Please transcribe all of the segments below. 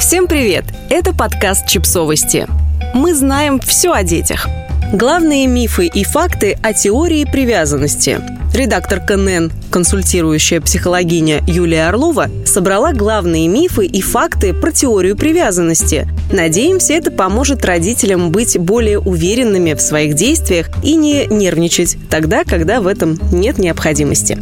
Всем привет! Это подкаст «Чипсовости». Мы знаем все о детях. Главные мифы и факты о теории привязанности. Редактор КНН, консультирующая психологиня Юлия Орлова, собрала главные мифы и факты про теорию привязанности. Надеемся, это поможет родителям быть более уверенными в своих действиях и не нервничать тогда, когда в этом нет необходимости.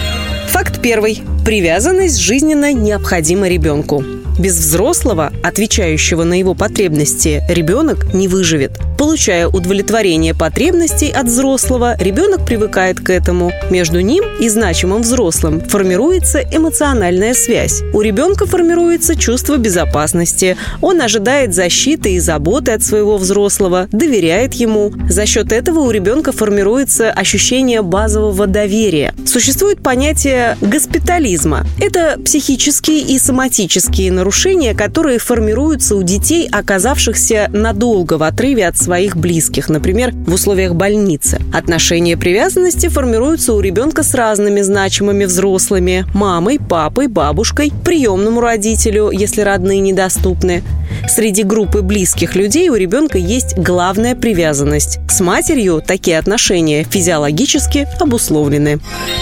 Факт первый. Привязанность жизненно необходима ребенку. Без взрослого, отвечающего на его потребности, ребенок не выживет. Получая удовлетворение потребностей от взрослого, ребенок привыкает к этому. Между ним и значимым взрослым формируется эмоциональная связь. У ребенка формируется чувство безопасности. Он ожидает защиты и заботы от своего взрослого, доверяет ему. За счет этого у ребенка формируется ощущение базового доверия. Существует понятие госпитализма. Это психические и соматические нарушения, которые формируются у детей, оказавшихся надолго в отрыве от своих близких, например, в условиях больницы. Отношения привязанности формируются у ребенка с разными значимыми взрослыми – мамой, папой, бабушкой, приемному родителю, если родные недоступны. Среди группы близких людей у ребенка есть главная привязанность. С матерью такие отношения физиологически обусловлены.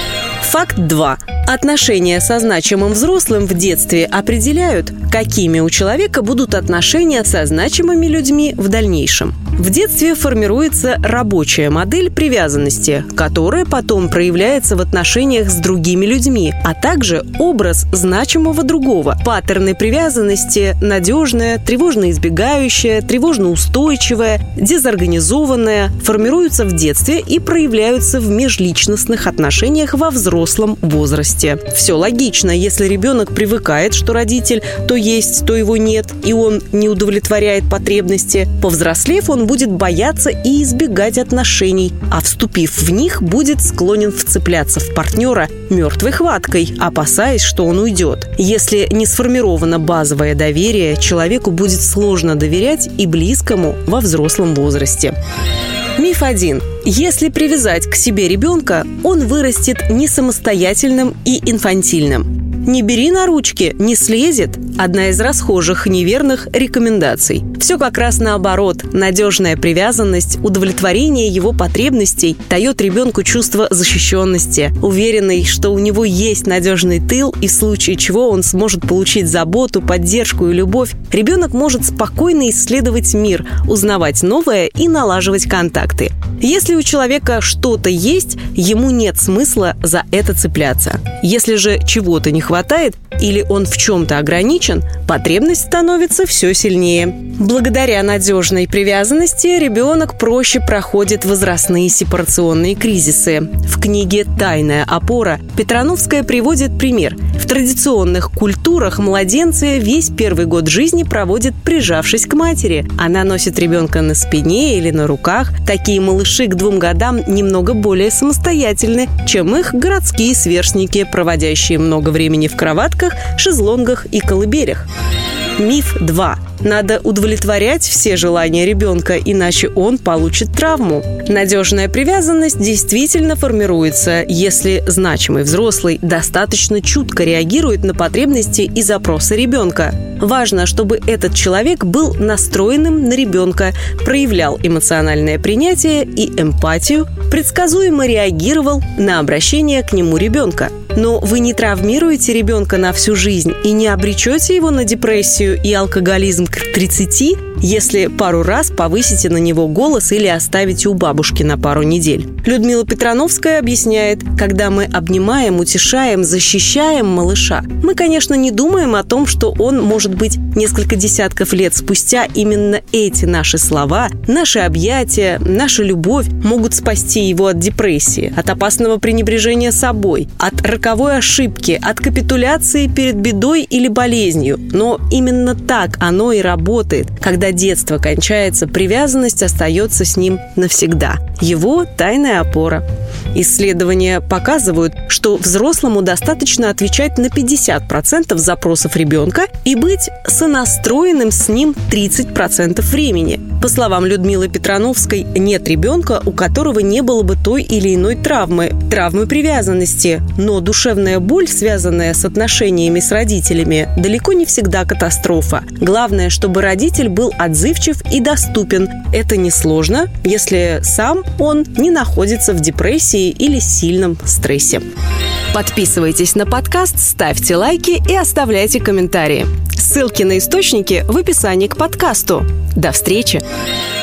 Факт 2. Отношения со значимым взрослым в детстве определяют, какими у человека будут отношения со значимыми людьми в дальнейшем. В детстве формируется рабочая модель привязанности, которая потом проявляется в отношениях с другими людьми, а также образ значимого другого. Паттерны привязанности – надежная, тревожно-избегающая, тревожно-устойчивая, дезорганизованная – формируются в детстве и проявляются в межличностных отношениях во взрослом возрасте. Все логично, если ребенок привыкает, что родитель то есть, то его нет, и он не удовлетворяет потребности. Повзрослев, он будет бояться и избегать отношений, а вступив в них, будет склонен вцепляться в партнера мертвой хваткой, опасаясь, что он уйдет. Если не сформировано базовое доверие, человеку будет сложно доверять и близкому во взрослом возрасте. Миф 1. Если привязать к себе ребенка, он вырастет не самостоятельным и инфантильным. «Не бери на ручки, не слезет» – одна из расхожих неверных рекомендаций. Все как раз наоборот. Надежная привязанность, удовлетворение его потребностей дает ребенку чувство защищенности, уверенный, что у него есть надежный тыл, и в случае чего он сможет получить заботу, поддержку и любовь. Ребенок может спокойно исследовать мир, узнавать новое и налаживать контакты. Если у человека что-то есть, ему нет смысла за это цепляться. Если же чего-то не хватает или он в чем-то ограничен, потребность становится все сильнее. Благодаря надежной привязанности ребенок проще проходит возрастные сепарационные кризисы. В книге «Тайная опора» Петрановская приводит пример. В традиционных культурах младенцы весь первый год жизни проводят, прижавшись к матери. Она носит ребенка на спине или на руках. Такие малыши к 2 годам немного более самостоятельны, чем их городские сверстники, проводящие много времени в кроватках, шезлонгах и колыбелях. Миф 2. Надо удовлетворять все желания ребенка, иначе он получит травму. Надежная привязанность действительно формируется, если значимый взрослый достаточно чутко реагирует на потребности и запросы ребенка. Важно, чтобы этот человек был настроенным на ребенка, проявлял эмоциональное принятие и эмпатию, предсказуемо реагировал на обращение к нему ребенка. Но вы не травмируете ребенка на всю жизнь и не обречете его на депрессию и алкоголизм к 30, если пару раз повысите на него голос или оставите у бабушки на пару недель. Людмила Петрановская объясняет, когда мы обнимаем, утешаем, защищаем малыша, мы, конечно, не думаем о том, что он, может быть, несколько десятков лет спустя именно эти наши слова, наши объятия, наша любовь могут спасти его от депрессии, от опасного пренебрежения собой, от роковой ошибки, от капитуляции перед бедой или болезнью. Но именно так оно и работает. Когда детство кончается, привязанность остается с ним навсегда. Его тайная опора. Исследования показывают, что взрослому достаточно отвечать на 50% запросов ребенка и быть сонастроенным с ним 30% времени. По словам Людмилы Петрановской, нет ребенка, у которого не было бы той или иной травмы привязанности. Но душевная боль, связанная с отношениями с родителями, далеко не всегда катастрофа. Главное, чтобы родитель был отзывчив и доступен. Это несложно, если сам он не находится в депрессии или сильном стрессе. Подписывайтесь на подкаст, ставьте лайки и оставляйте комментарии. Ссылки на источники в описании к подкасту. До встречи!